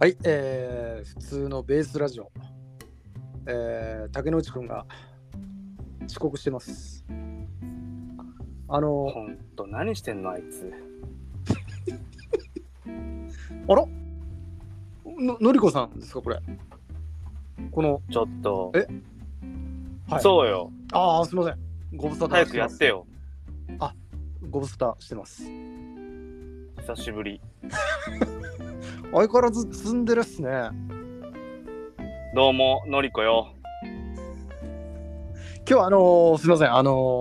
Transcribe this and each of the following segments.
はい、普通のベースラジオ、竹之内くんが遅刻してます。 ほんと何してんのあいつ。 あらのりこさんですかこれ。このちょっとはい、 そうよ。 ああすみません、ご無沙汰早くしてます。 やってよ。 ご無沙汰してます。 久しぶり。 相変わらず積んでるっすね。 どうものりこよ。 今日すみません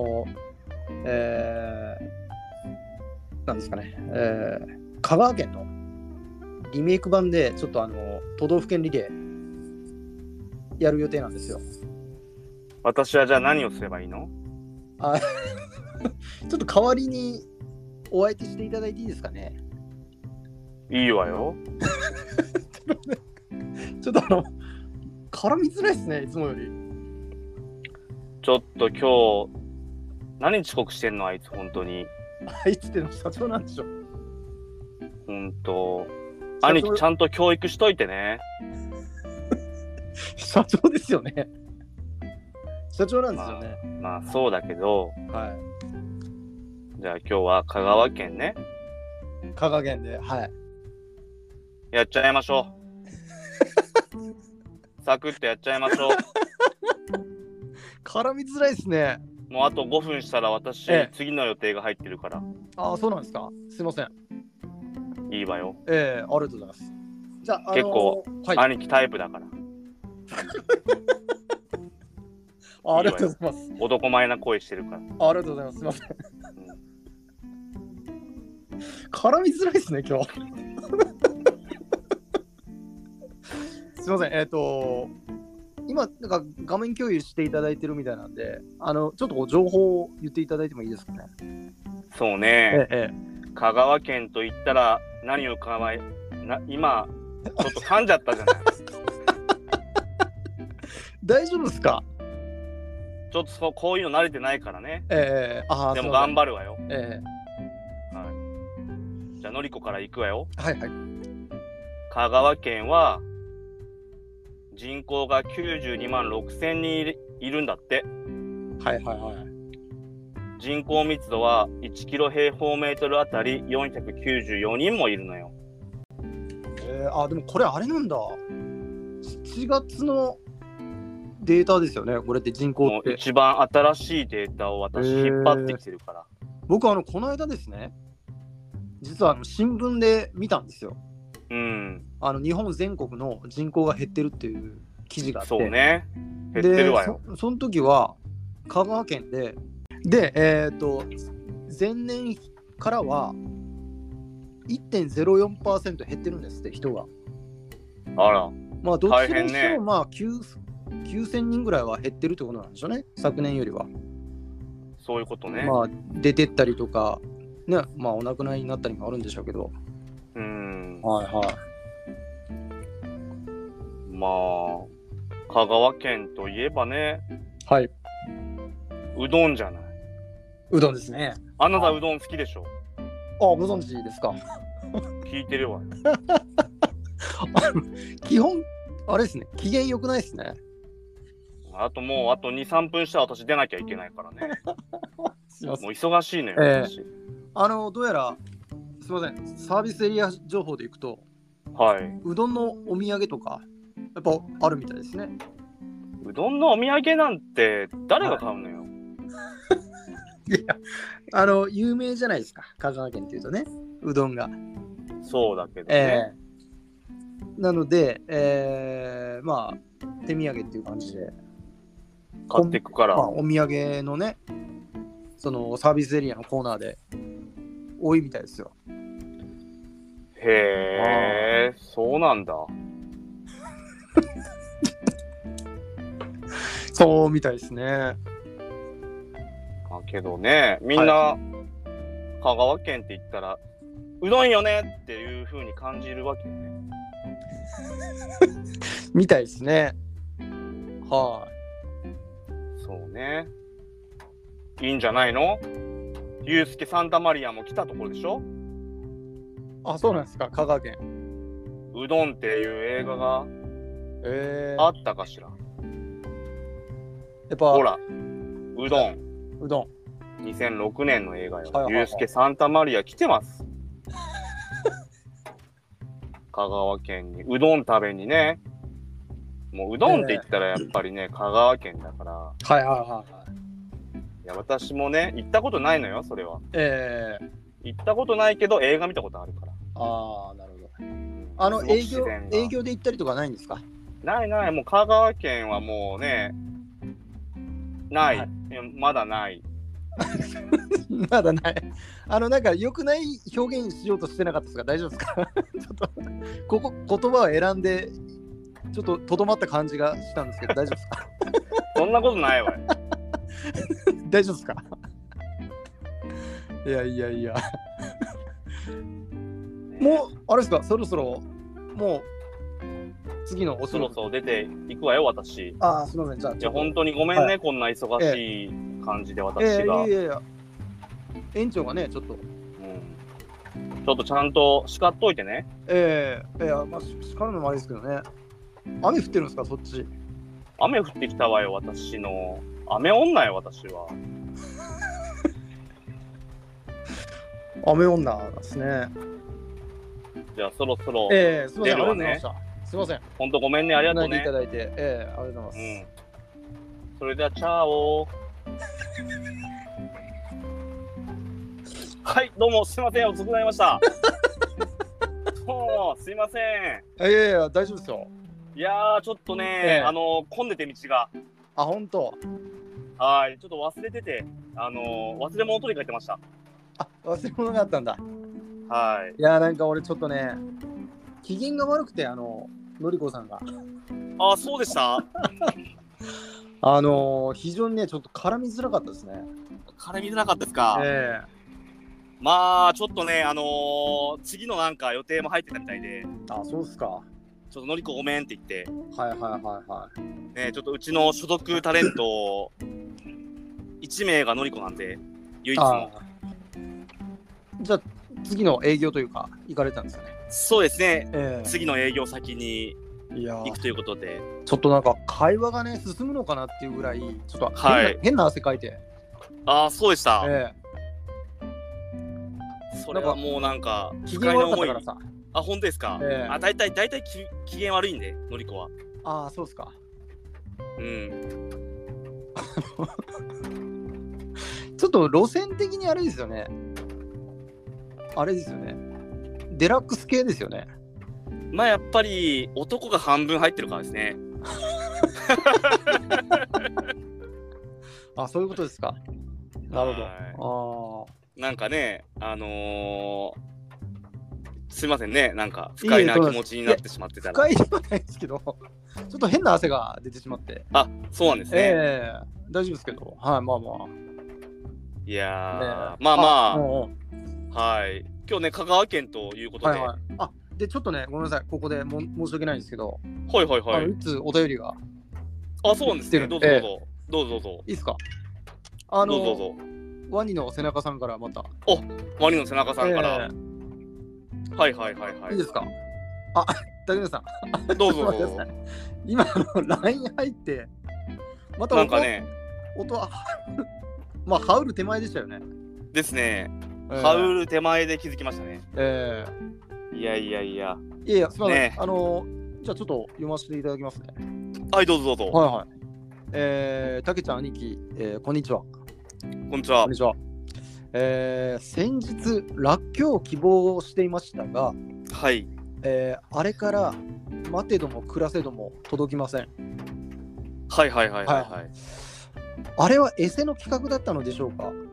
なんですかね、香川県のリメイク版でちょっと都道府県リレーやる予定なんですよ。 私はじゃあ何をすればいいの？ ちょっと代わりにお相手していただいていいですかね。 いいわよ。 ちょっと絡みづらいですね、いつもより。 ちょっと今日何遅刻してんのあいつ。本当にあいつっての社長なんでしょ。 ほんと兄貴ちゃんと教育しといてね。 社長ですよね。社長なんですよね。 まあそうだけど、 はじゃあ今日は香川県ね、 い。香川県で、はい。 やっちゃいましょう。サクッとやっちゃいましょう。 絡みづらいですね。 もうあと5分したら私、次の予定が入ってるから。 ああ、そうなんですか。すいません。 いいわよ。 ありがとうございます。じゃあ、 結構、 はい、 兄貴タイプだから。 ありがとうございます。 男前な声してるから。 ありがとうございます。すいません。絡みづらいですね、今日。すいません。今なんか画面共有していただいてるみたいなんで、ちょっとこう情報を言っていただいてもいいですかね。 そうね、香川県と言ったら何を今ちょっと噛んじゃったじゃない。 大丈夫ですか？ ちょっとこういうの慣れてないからね。 でも頑張るわよ。 はい。 じゃあのりこから行くわよ。 はいはい。 香川県は人口が92万6千人いるんだって。 はいはいはい。 人口密度は1キロ平方メートルあたり494人もいるのよ。 でもこれあれなんだ。7月のデータですよね。これって人口って。 もう一番新しいデータを私引っ張ってきてるから。 僕この間ですね、実は新聞で見たんですよ。日本全国の人口が減ってるっていう記事があって。 そうね。減ってるわよ。 その時は香川県で前年からは 1.04% 減ってるんですって人が。 あら。 まあどっちにしてもまあ9000人ぐらいは減ってるってことなんでしょうね、昨年よりは。 そういうことね。 まあ出てったりとかね、まあお亡くなりになったりもあるんでしょうけど。はいはい。 まあ香川県といえばね、 はい、 うどんじゃない。 うどんですね。 あなたうどん好きでしょ。 ご存知ですか？ 聞いてるわよ。 基本あれですね、機嫌良くないですね。 あと 2、3分したら私出なきゃいけないからね。 すいません。 もう忙しいのよ、私。 どうやらすいません、サービスエリア情報でいくと、 はい、 うどんのお土産とかやっぱあるみたいですね。 うどんのお土産なんて誰が買うのよ。 いや、有名じゃないですか、香川県っていうとね、うどんが。 そうだけどね。 なので、まあ手土産っていう感じで買っていくから、 お土産のね、そのサービスエリアのコーナーで多いみたいですよ。 へえ、そうなんだ。 そうみたいですね。 けどね、みんな、香川県って言ったらうどんよねっていう風に感じるわけよね。 みたいですね。 そうね。いいんじゃないの？ユースケ・サンタマリアも来たところでしょ？ あ、そうなんですか、香川県。 うどんっていう映画があったかしら。 やっぱほら、うどん。 うどん。 2006年の映画よ。 はいはいはい、 ユースケ・サンタマリア来てます。香川県にうどん食べにね。もううどんって言ったらやっぱりね、香川県だから。 はいはいはいはい。 いや、私もね、行ったことないのよ、それは。 行ったことないけど、映画見たことあるから。 ああ、なるほど。営業で行ったりとかないんですか？ ないない、もう香川県はもうね、ない。 はい、 いやまだない。 まだない。なんか良くない表現しようとしてなかったですか？大丈夫ですか？ちょっと言葉を選んでちょっととどまった感じがしたんですけど大丈夫ですか？ そんなことないわよ。 大丈夫ですか？いやいやいや。もうあれですか？そろそろもう次のお仕事。 そろそろ出ていくわよ、私。 ああ、すみません。じゃあいや本当にごめんね、 はい、 こんな忙しい感じで私が。 いや園長がねちょっと。 ちょっとちゃんと叱っといてね。 いや、まあ、叱るのもあれですけどね。雨降ってるんですか、そっち。 雨降ってきたわよ、私の。雨女よ、私は。 雨女ですね。 じゃあ、そろそろすみません、 出るわね。 すみません。 ほんとごめんね、ありがとうね。 いただいて、ありがとうございます。 それでは、チャオはい、どうも、すいません、遅くなりました。そう、すいません。 いや、大丈夫ですよ。 いやー、ちょっとね、混んでて道が。 あ、ほんと。 はい、ちょっと忘れてて、忘れ物取り帰ってました。 あ、忘れ物があったんだ。 はい。 いや、なんか俺ちょっとね、機嫌が悪くて、のりこさんが。 あ、そうでした。 非常にね、ちょっと絡みづらかったですね。 絡みづらかったですか。まあちょっとね、次のなんか予定も入ってたみたいで。 あ、そうですか。 ちょっとのりこごめんって言って。 はい。 ちょっとうちの所属タレント1名がのりこなんで、唯一の。 じゃあ次の営業というか行かれたんですかね。 そうですね。次の営業先に行くということで。 ちょっとなんか会話がね進むのかなっていうぐらいちょっと変な汗かいて。 ああ、そうでした。それはもうなんか機嫌悪かったからさ。 あ、本当ですか。だいたい機嫌悪いんで、のりこは。 ああ、そうですか。ちょっと路線的にあれですよね。デラックス系ですよね。 まあやっぱり男が半分入ってるからですね。 あ、そういうことですか。なるほど。 なんかね、すいませんね、なんか不快な気持ちになってしまってたら。 不快ではないですけど、ちょっと変な汗が出てしまって。 あ、そうなんですね。 大丈夫ですけど、はい、まあ。 いやー、まあ。はい。今日ね、香川県ということで。 で、ちょっとね、ごめんなさい、ここで申し訳ないんですけど、 はい。 いつお便りが。 あ、そうなんですね。どうぞ。 いいですか。 どうぞ。 ワニの背中さんからまた。 ワニの背中さんから。はい。 いいですか。あ、竹内さん。どうぞ。 今LINE 入って、またなんかね、 音は、まあ、羽織る手前でしたよね。 ですね。羽織る手前で気づきましたね。いや。 すみません。じゃあちょっと読ませていただきますね。 はい、どうぞ。 はい。たけちゃん兄貴、こんにちは。 こんにちは。 先日らっきょうを希望していましたが、 はい。 あれから待てども暮らせども届きません。 はい。 あれはエセの企画だったのでしょうか。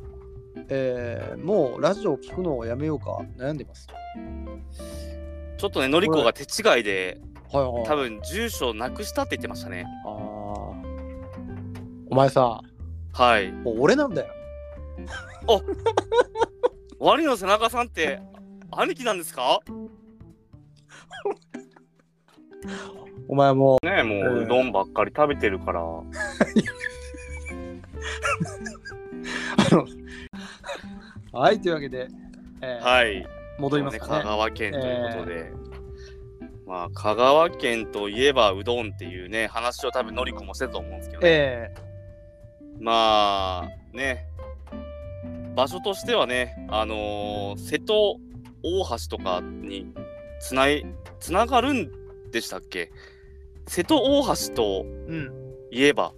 もうラジオを聞くのをやめようか悩んでます。 ちょっとね、のりこが手違いで、 多分住所なくしたって言ってましたね。 お前さ、もう俺なんだよ。 ワニの背中さんって兄貴なんですか？ お前もううどんばっかり食べてるから。 はい、というわけで、 はい、 戻りますかね。 香川県ということで、 まあ香川県といえばうどんっていうね話を多分のりこもしてたと思うんですけどね。 えまあね場所としてはね瀬戸大橋とかにつながるんでしたっけ。瀬戸大橋といえば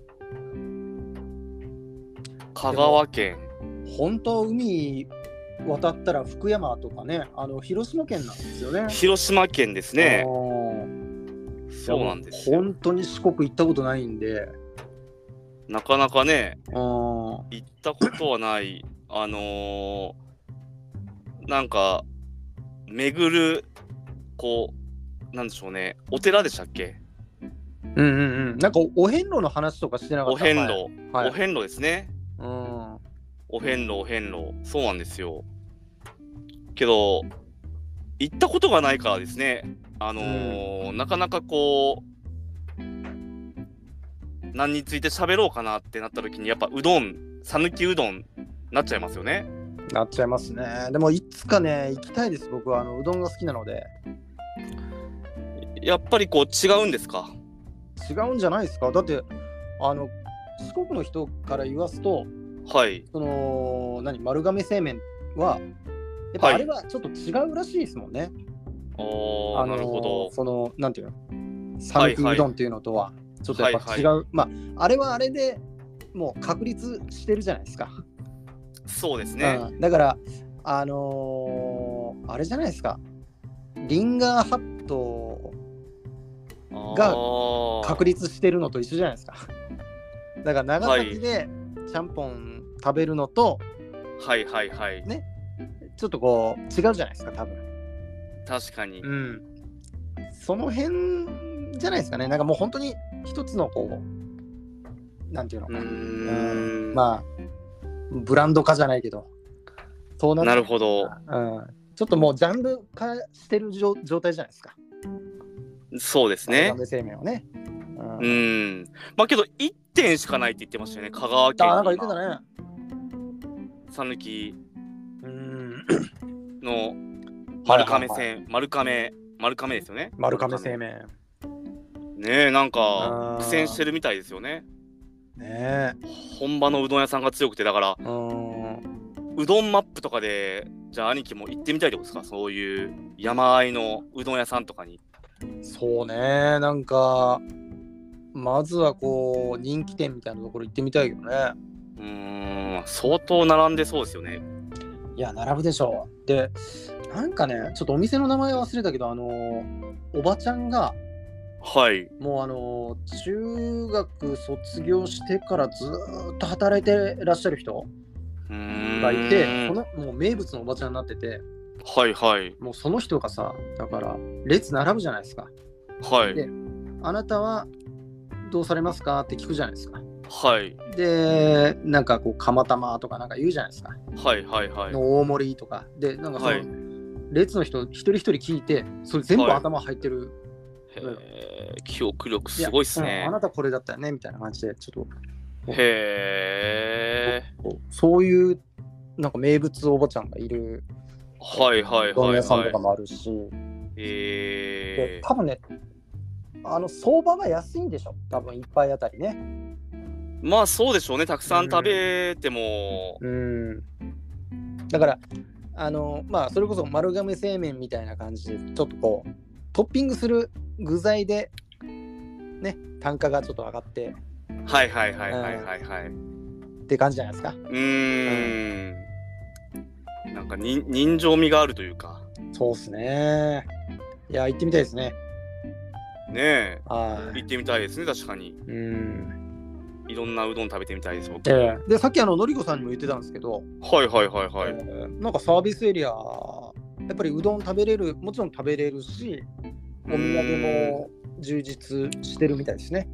香川県。 本当は海渡ったら福山とかね、広島県なんですよね。 広島県ですね。 そうなんですよ。 本当に四国行ったことないんで、 なかなかね行ったことはないなんか巡るこうなんでしょうね、お寺でしたっけ。 なんかお遍路の話とかしてなかった。 お遍路、 はい、 お遍路ですね。お遍路そうなんですよ。けど行ったことがないからですねなかなかこう何について喋ろうかなってなった時にやっぱうどん、讃岐うどんなっちゃいますよね。 なっちゃいますね。でもいつかね行きたいです。僕はうどんが好きなので。 やっぱりこう違うんですか。 違うんじゃないですか。だって四国の人から言わすと、 はい、 丸亀製麺はやっぱあれはちょっと違うらしいですもんね。 なるほど。 なんていうの、讃岐うどんっていうのとはちょっとやっぱ違う、まああれはあれでもう確立してるじゃないですか。 そうですね、 だからあれじゃないですか、リンガーハットが確立してるのと一緒じゃないですか。だから長崎でちゃんぽん食べるのと、ね、ちょっとこう違うじゃないですか多分。 確かに、 その辺じゃないですかね。なんかもう本当に一つのこうなんていうのかな、まあブランド化じゃないけど、そうなるほど、 ちょっともうジャンル化してる状態じゃないですか。 そうですね。 丸亀製麺はね。 まあけど1点しかないって言ってましたよね、香川県に。 なんか言ってたね。 讃岐の丸亀ですよね。 丸亀製麺。 ねえ、なんか苦戦してるみたいですよね。本場のうどん屋さんが強くて、だからうどんマップとかでじゃあ兄貴も行ってみたいってことですか。そういう山あいのうどん屋さんとかに。 そうね、なんかまずはこう人気店みたいなところ行ってみたいけどね。 相当並んでそうですよね。 いや並ぶでしょう。でなんかね、ちょっとお店の名前忘れたけど、おばちゃんがもう中学卒業してからずっと働いてらっしゃる人がいて、もう名物のおばちゃんになってて、もうその人がさ、だから列並ぶじゃないですか。で、あなたはどうされますかって聞くじゃないですか。で、なんかこう釜玉とかなんか言うじゃないですか。の大盛りとかで、なんかその列の人一人一人聞いて、それ全部頭入ってる。 記憶力すごいっすね。 あなたこれだったよねみたいな感じで、ちょっとへそういうなんか名物おばちゃんがいるうどん屋さんとかもあるし、で多分ね、相場が安いんでしょ、多分一杯あたりね。 まあそうでしょうね、たくさん食べても。 だからまあそれこそ丸亀製麺みたいな感じで、ちょっとこうトッピングする具材でね、単価がちょっと上がってって感じじゃないですか。 なんか人情味があるというか。 そうっすね。いや行ってみたいですね。 ねえ、行ってみたいですね、確かに。いろんなうどん食べてみたいです、僕。 でさっきのりこさんにも言ってたんですけど、なんかサービスエリアやっぱりうどん食べれる、もちろん食べれるし、お土産も充実してるみたいですね。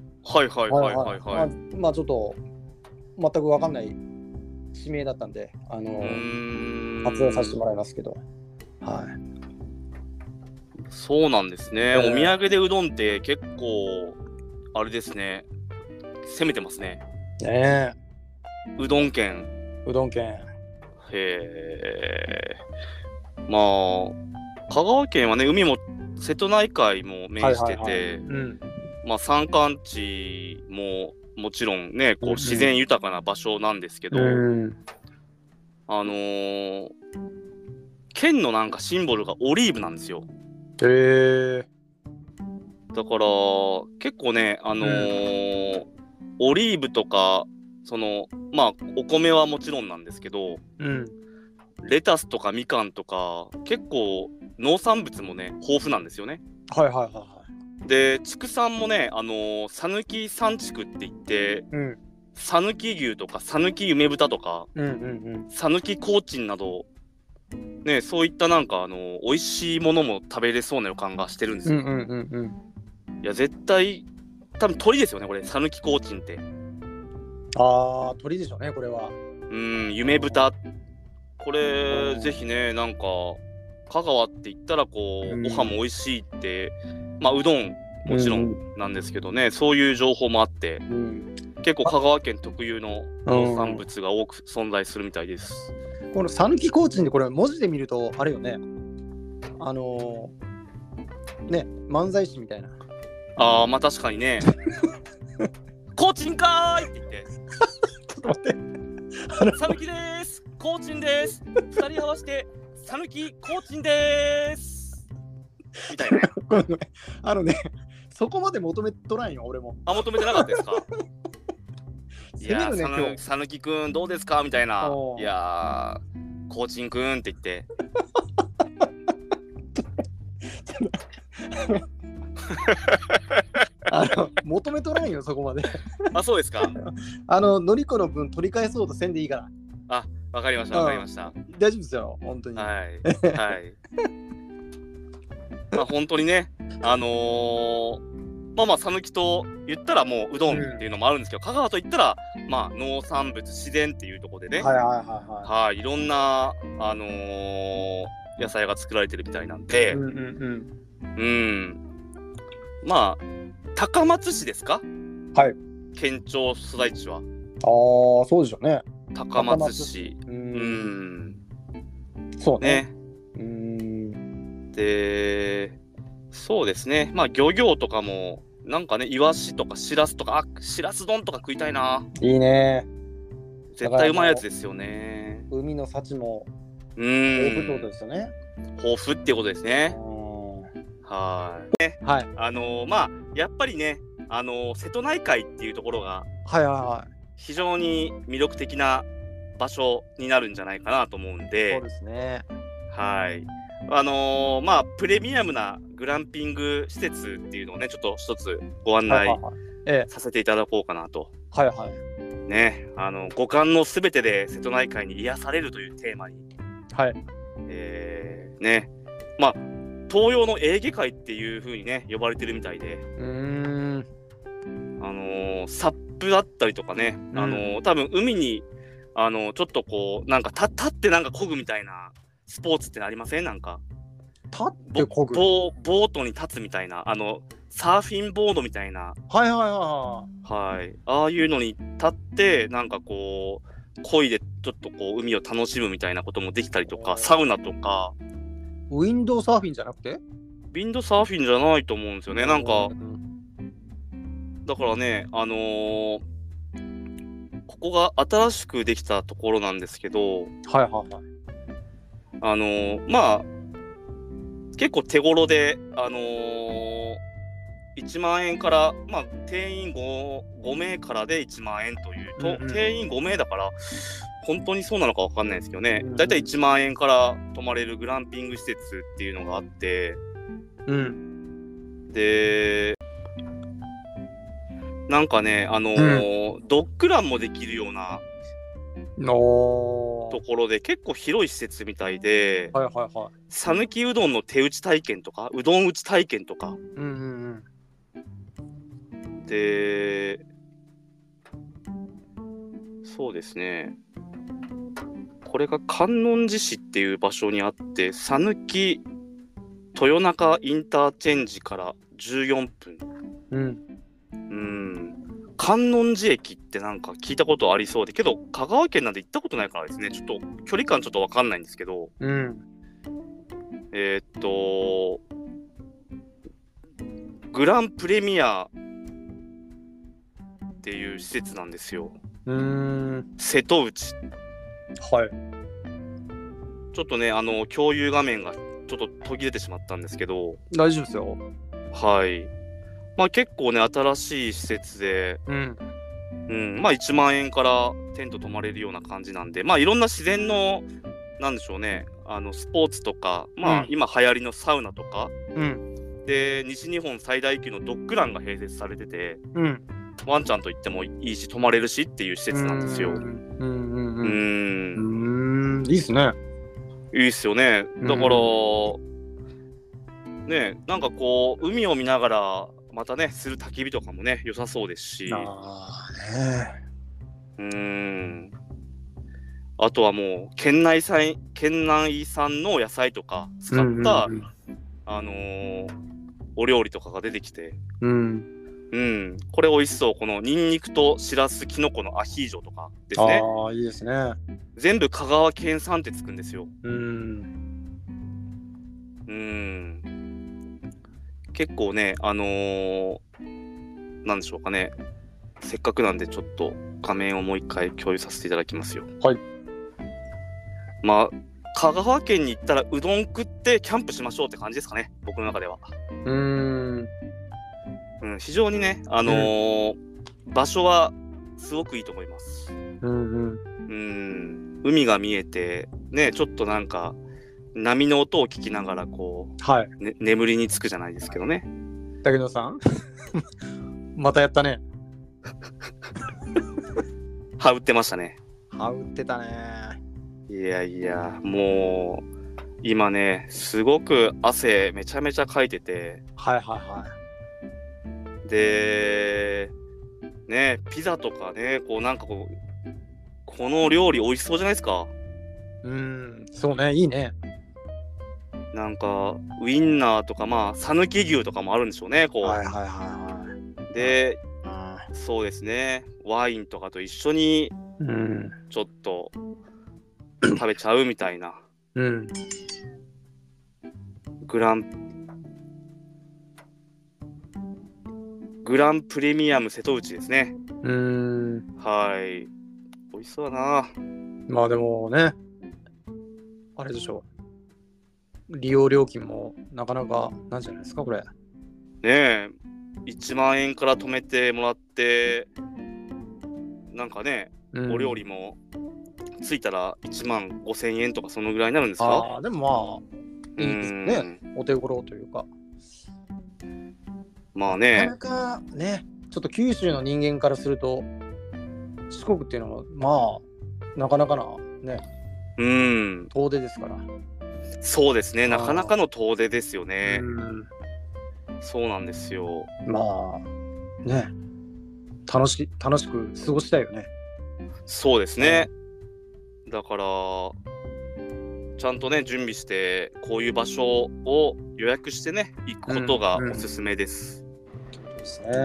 まあちょっと全く分かんない指名だったんで発表させてもらいますけど、 そうなんですね。お土産でうどんって結構あれですね、攻めてますね。うどん県。へえ。まあ香川県はね、海も瀬戸内海も面してて、 はいはいはい、うん、 まあ山間地ももちろんねこう自然豊かな場所なんですけど、県のなんかシンボルがオリーブなんですよ。 へえ。 だから結構ねオリーブとかそのまあお米はもちろんなんですけど、レタスとかみかんとか結構農産物もね豊富なんですよね。 はいはいはいはい。 で畜産もね讃岐三畜って言って、讃岐牛とか讃岐夢豚とか讃岐コーチンなどね、そういったなんか美味しいものも食べれそうな予感がしてるんですよ。いや絶対多分鳥ですよねこれ讃岐コーチンって。 ああ鳥でしょうねこれは。 夢豚これぜひねなんか香川って言ったらこうご飯も美味しいってまあうどんもちろんなんですけどね、そういう情報もあって、結構香川県特有の農産物が多く存在するみたいです。 この讃岐コーチンでこれ文字で見るとあれよねね漫才師みたいな。 ああまあ確かにねコーチンかーいって言ってちょっと待って讃岐でーすコーチンです2人合わせて讃岐コーチンでーすみたいなねそこまで求めとらんよ俺も。 求めてなかったですかいやー讃岐くんどうですかみたいな。いやーコーチンくんって言って求めとらんよそこまであそうですかのりこの分取り返そうとせんでいいから。 あわかりましたわかりました。 大丈夫ですよ本当に。 はいはいまあ本当にねまあ讃岐と言ったらもううどんっていうのもあるんですけど、香川と言ったらまあ農産物自然っていうところでねいろんな野菜が作られてるみたいなんで、まあ高松市ですか。 はい県庁所在地は。 ああそうでしょうね高松市。 そうね。 でそうですねまあ漁業とかもなんかねイワシとかシラスとかシラス丼とか食いたいな。 いいね絶対うまいやつですよね。 海の幸も豊富ってことですよね。 豊富ってことですね。はいね、まあやっぱりね瀬戸内海っていうところが非常に魅力的な場所になるんじゃないかなと思うんで。 そうですね。 はいまあプレミアムなグランピング施設っていうのをねちょっと一つご案内させていただこうかなと。ね五感のすべてで瀬戸内海に癒されるというテーマにねまあ東洋のエーゲ海っていう風にね呼ばれてるみたいでサップだったりとかね多分海にちょっとこうなんか立ってなんか漕ぐみたいなスポーツってありません？なんか立って漕ぐボートに立つみたいなサーフィンボードみたいなああいうのに立ってなんかこう漕いでちょっとこう海を楽しむみたいなこともできたりとかサウナとか。 ウィンドウサーフィンじゃなくて？ ウィンドサーフィンじゃないと思うんですよね。なんかだからねここが新しくできたところなんですけどまあ結構手頃で1万円からまあ定員 5名からで1万円というと、定員5名だから本当にそうなのか分かんないですけどね、だいたい1万円から泊まれるグランピング施設っていうのがあって、でなんかねドッグランもできるようなところで結構広い施設みたいで、讃岐うどんの手打ち体験とかうどん打ち体験とか、でそうですねこれが観音寺市っていう場所にあって讃岐豊中インターチェンジから14分、観音寺駅ってなんか聞いたことありそうでけど香川県なんで行ったことないからですねちょっと距離感ちょっと分かんないんですけど、 グランプレミアっていう施設なんですよ。瀬戸内。 はい。 ちょっとね、共有画面がちょっと途切れてしまったんですけど、 大丈夫ですよ。 はい。まあ結構ね、新しい施設で、まあ1万円からテント泊まれるような感じなんで、まあいろんな自然の、なんでしょうね、スポーツとか、まあ今流行りのサウナとか、で、西日本最大級のドッグランが併設されてて、ワンちゃんと行ってもいいし、泊まれるしっていう施設なんですよ。 いいっすね。 いいっすよね。だから、ね、なんかこう、海を見ながら、またね、する焚き火とかもね、良さそうですし。あとはもう、県内産の野菜とか使った、お料理とかが出てきて。これ美味しそう。このニンニクとしらすきのこのアヒージョとかですね。 いいですね。 全部香川県産ってつくんですよ。結構ね、なんでしょうかね。せっかくなんでちょっと画面をもう一回共有させていただきますよ。 はい。 まあ、香川県に行ったらうどん食ってキャンプしましょうって感じですかね。僕の中では。非常にね、場所はすごくいいと思います。海が見えて、ね、ちょっとなんか波の音を聞きながらこう、眠りにつくじゃないですけどね。 竹野さんまたやったね。 はうってましたね。 はうってたね。 いやいや、もう今ね、すごく汗めちゃめちゃかいてて。で、ね、ピザとかね、こうなんかこう、この料理美味しそうじゃないですか。 そうね、いいね。 なんかウインナーとか、まあ讃岐牛とかもあるんでしょうね。こう。で、そうですね。ワインとかと一緒にちょっと食べちゃうみたいな。グランプレミアム瀬戸内ですね。はい。美味しそうだな。 まあでもね、あれでしょう。利用料金もなかなかなんじゃないですか、これ。 ねえ、1万円から止めてもらって、なんかね、お料理もついたら1万5,000円とかそのぐらいになるんですか？ でもまあ、いいですね。お手頃というか。 まあね。 なかなかね、ちょっと九州の人間からすると、四国っていうのは、まあ、なかなかなね、遠出ですから。 そうですね、なかなかの遠出ですよね。そうなんですよ。 まあ、ね、楽しく過ごしたいよね。 そうですね。だから、ちゃんとね、準備して、こういう場所を予約してね、行くことがおすすめです。 ですね。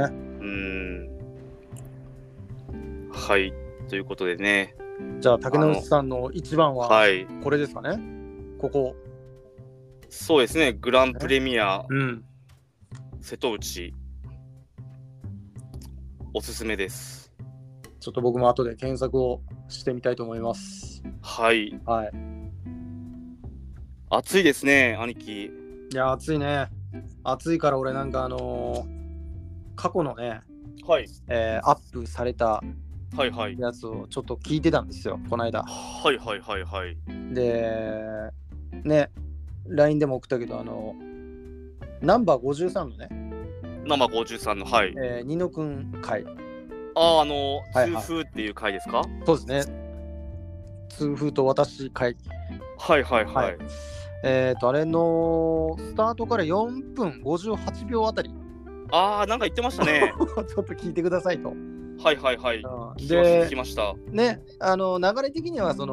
はい、ということでね。 じゃあ、竹野内さんの一番はこれですかね。ここ。 そうですね、グランプレミア、瀬戸内、おすすめです。 ちょっと僕も後で検索をしてみたいと思います。 はい。暑いですね、兄貴。 いや、暑いね。暑いから俺なんか過去のね、アップされたやつをちょっと聞いてたんですよ、この間。で、ね、LINE でも送ったけど、ナンバー53のね。 ナンバー53の、 ニノくん会。 痛風っていう回ですか？ そうですね。痛風と私会。あれのスタートから4分58秒あたり。 なんか言ってましたね。 ちょっと聞いてくださいと。 聞きました。 ね、流れ的にはそ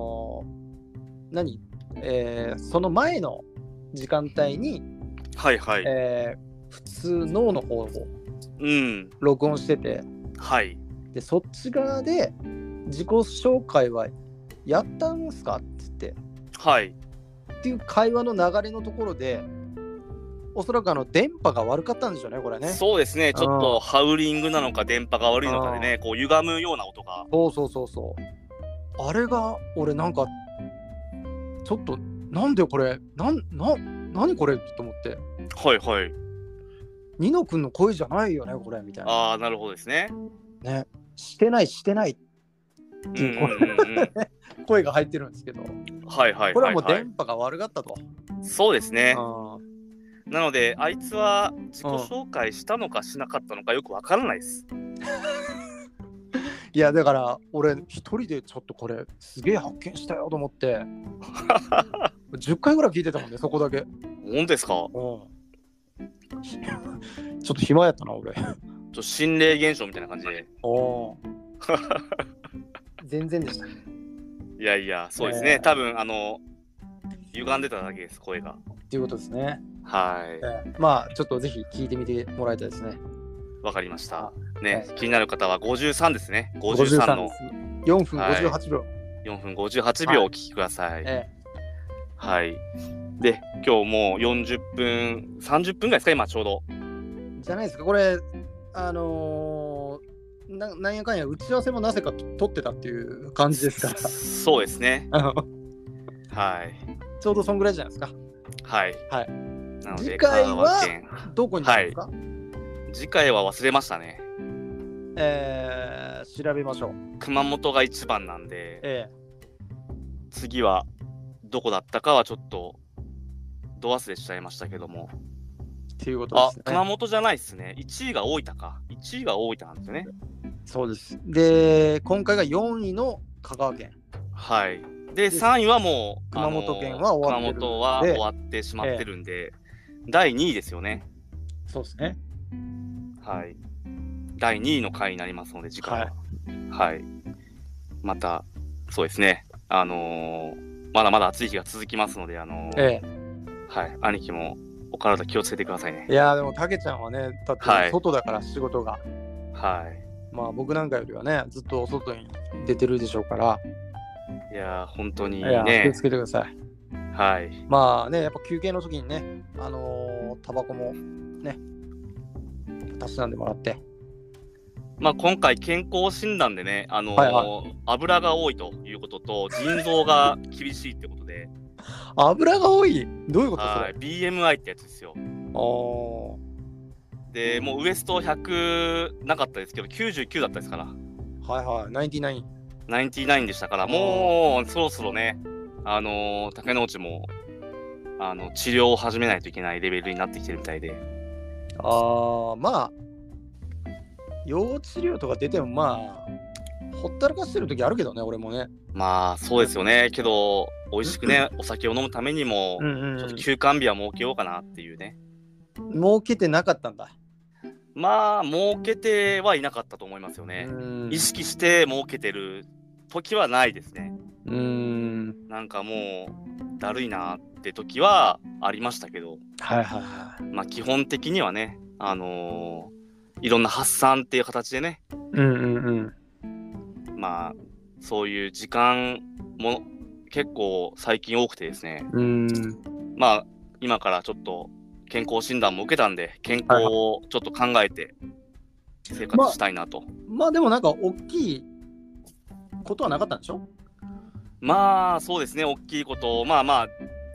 の前の時間帯に、普通脳の方を録音してて、でそっち側で自己紹介はやったんすかって言って、っていう会話の流れのところで、 おそらく電波が悪かったんでしょうね、これね。 そうですね、ちょっとハウリングなのか電波が悪いのかでね、こう歪むような音が。 そう。あれが俺なんかちょっとなんでこれ何これと思って。 はいはい。 ニノくんの声じゃないよねこれみたいな。 ああ、なるほどですね。 ね、してないっていう声が入ってるんですけど、 はいはいはいはい。 これはもう電波が悪かったと。 そうですね。なのであいつは自己紹介したのかしなかったのかよくわからないです。 いやだから俺一人でちょっとこれすげえ発見したよと思って10回ぐらい聞いてたもんね、そこだけ。 本当ですか？ちょっと暇やったな俺。 心霊現象みたいな感じで。 全然でした。 いやいや、そうですね。多分歪んでただけです、声が。 っていうことですね。 はい。 まあちょっとぜひ聞いてみてもらいたいですね。 わかりました。ね、気になる方は53ですね。53の 4分58秒。 4分58秒お聞きください。はい。で、今日もう40分、30分ぐらいですか、今ちょうど。 じゃないですか、これ、なんやかんや打ち合わせもなぜか取ってたっていう感じですから。 そうですね。はい。 ちょうどそんぐらいじゃないですか。 はい。 なので次回はどこに行くんですか？ 次回は忘れましたね。 調べましょう。 熊本が一番なんで、次はどこだったかはちょっとど忘れしちゃいましたけども。 っていうことですね。 熊本じゃないですね。1位が大分か。1位が大分なんですよね。 そうです。で、今回が4位の香川県。 はい。で、3位はもう熊本県は終わってる。 熊本は終わってしまってるんで、第2位ですよね。 そうですね。 はい。第2位の回になりますので、次回は。はい。また、そうですね。まだまだ暑い日が続きますので、はい。兄貴もお体気をつけてくださいね。 いや、でも、たけちゃんはね、だって外だから仕事が。 はい。 まあ、僕なんかよりはね、ずっとお外に出てるでしょうから。 いや、本当にね。 気をつけてください。 はい。 まあね、やっぱ休憩の時にね、タバコもね、たしなんでもらって。 まあ今回健康診断でね、油が多いということと腎臓が厳しいってことで。 油が多い？どういうことそれ？ BMI ってやつですよ。で、もうウエスト100なかったですけど、99だったですから。 99。 99でしたから、もうそろそろね、竹之内も治療を始めないといけないレベルになってきてるみたいで。 まあ、要治療とか出てもまあ、ほったらかしてる時あるけどね、俺もね。 まあ、そうですよね。けど、美味しくね、お酒を飲むためにも、ちょっと休館日は設けようかなっていうね。 設けてなかったんだ。 まあ、設けてはいなかったと思いますよね。意識して設けてる時はないですね。なんかもう、だるいなって時はありましたけど、まあ、基本的にはね、いろんな発散っていう形でね、まあ、そういう時間も結構最近多くてですね、まあ、今からちょっと健康診断も受けたんで、健康をちょっと考えて生活したいなと。 まあでもなんか大きいことはなかったんでしょ？ まあそうですね、大きいこと、まあ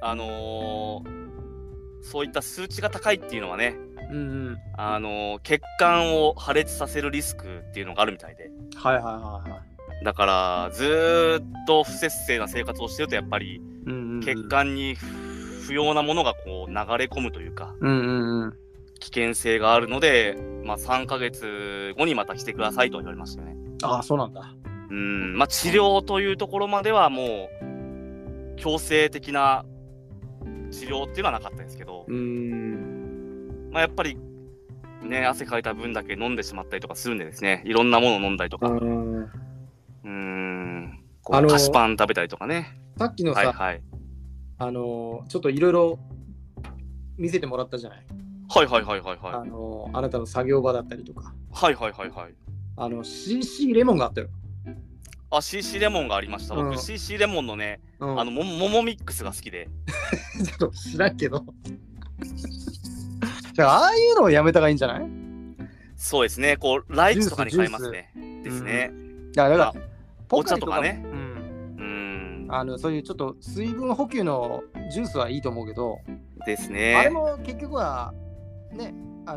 そういった数値が高いっていうのはね、血管を破裂させるリスクっていうのがあるみたいで、だからずーっと不節制な生活をしてるとやっぱり血管に不要なものがこう流れ込むというか、危険性があるので、まあ、3ヶ月後にまた来てくださいと言われましたよね。 そうなんだ。 まあ治療というところまではもう強制的な治療っていうのはなかったですけど、まあやっぱりね、汗かいた分だけ飲んでしまったりとかするんでですね、いろんなものを飲んだりとか、菓子パン食べたりとかね。 さっきのさ、ちょっといろいろ見せてもらったじゃない。あなたの作業場だったりとか。CC レモンがあったよ。 CC レモンがありました。僕 CC レモンのね、桃ミックスが好きで。 ちょっと知らんけど。 じゃあ、ああいうのをやめた方がいいんじゃない？ そうですね。こう、ライチとかに変えますね。ですね。 だから、 お茶とかね。 そういうちょっと水分補給のジュースはいいと思うけど、 ですね。 あれも結局はね、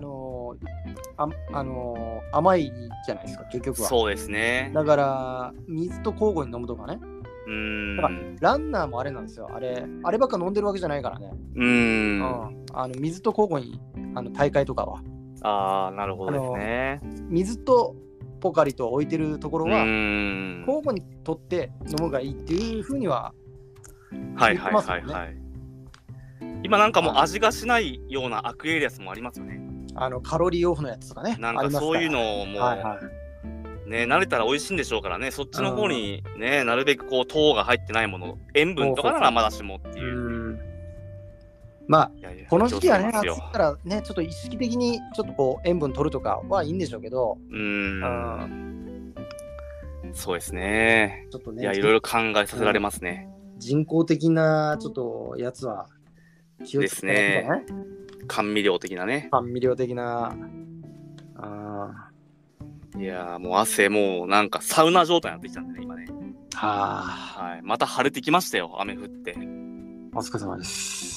甘いじゃないですか、結局は。 そうですね。 だから水と交互に飲むとかね。だからランナーもあれなんですよ。あればっか飲んでるわけじゃないからね。水と交互に大会とかは。 ああ、なるほどですね。 水とポカリと置いてるところは交互に取って飲むがいいっていうふうには言ってますよね。今なんかもう味がしないようなアクエリアスもありますよね。 カロリーオフのやつとかね。 なんかそういうのも、ね、慣れたら美味しいんでしょうからね、そっちの方にね、なるべくこう糖が入ってないもの、塩分とかならまだしもっていう。 まあ、この時期はね、暑いからね、ちょっと意識的にちょっとこう塩分取るとかはいいんでしょうけど、 そうですね。 ちょっとね、 いや、いろいろ考えさせられますね。 人工的なちょっとやつは気をつけてね。 甘味料的なね。 甘味料的な。 いやもう汗もうなんかサウナ状態になってきたんでね、今ね。はい。また晴れてきましたよ、雨降って。 お疲れ様です。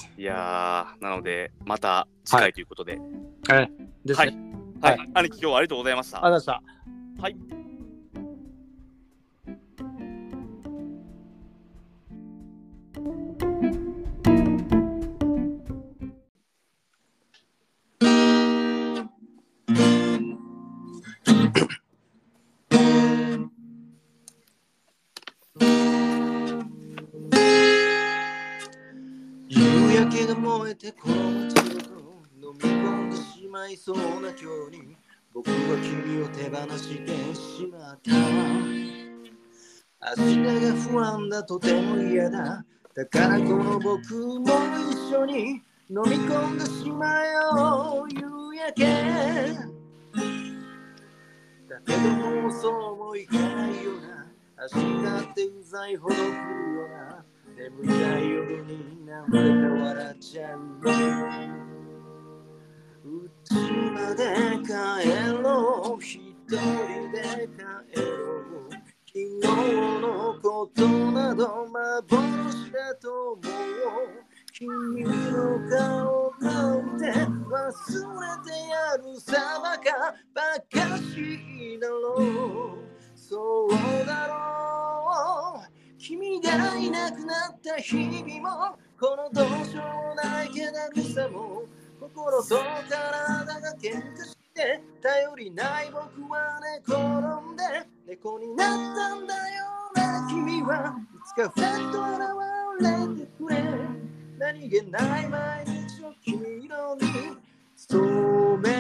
いやなので、また次回ということで。 ですね。 はい。兄貴、今日はありがとうございました。 ありがとうございました。 はい。 夕焼けが燃えてこの街を飲み込んでしまいそうな今日に僕は君を手放してしまった。明日が不安だ、とても嫌だ。だからこの僕も一緒に飲み込んでしまえよ夕焼け。だけどもうそうもいかないよな。明日ってうざいほど来るよな。眠いない夜になんでか笑っちゃう。家まで帰ろう、一人で帰ろう。昨日のことなど幻だと思う。君の顔なんて忘れてやるさ。バカしいだろう。そうだろう。君がいなくなった日々もこのどうしようもない気だるさも心と体が喧嘩して頼りない僕は寝転んで猫になったんだよな。君はいつかふらっと現れてくれ。何気ない毎日を黄色に染め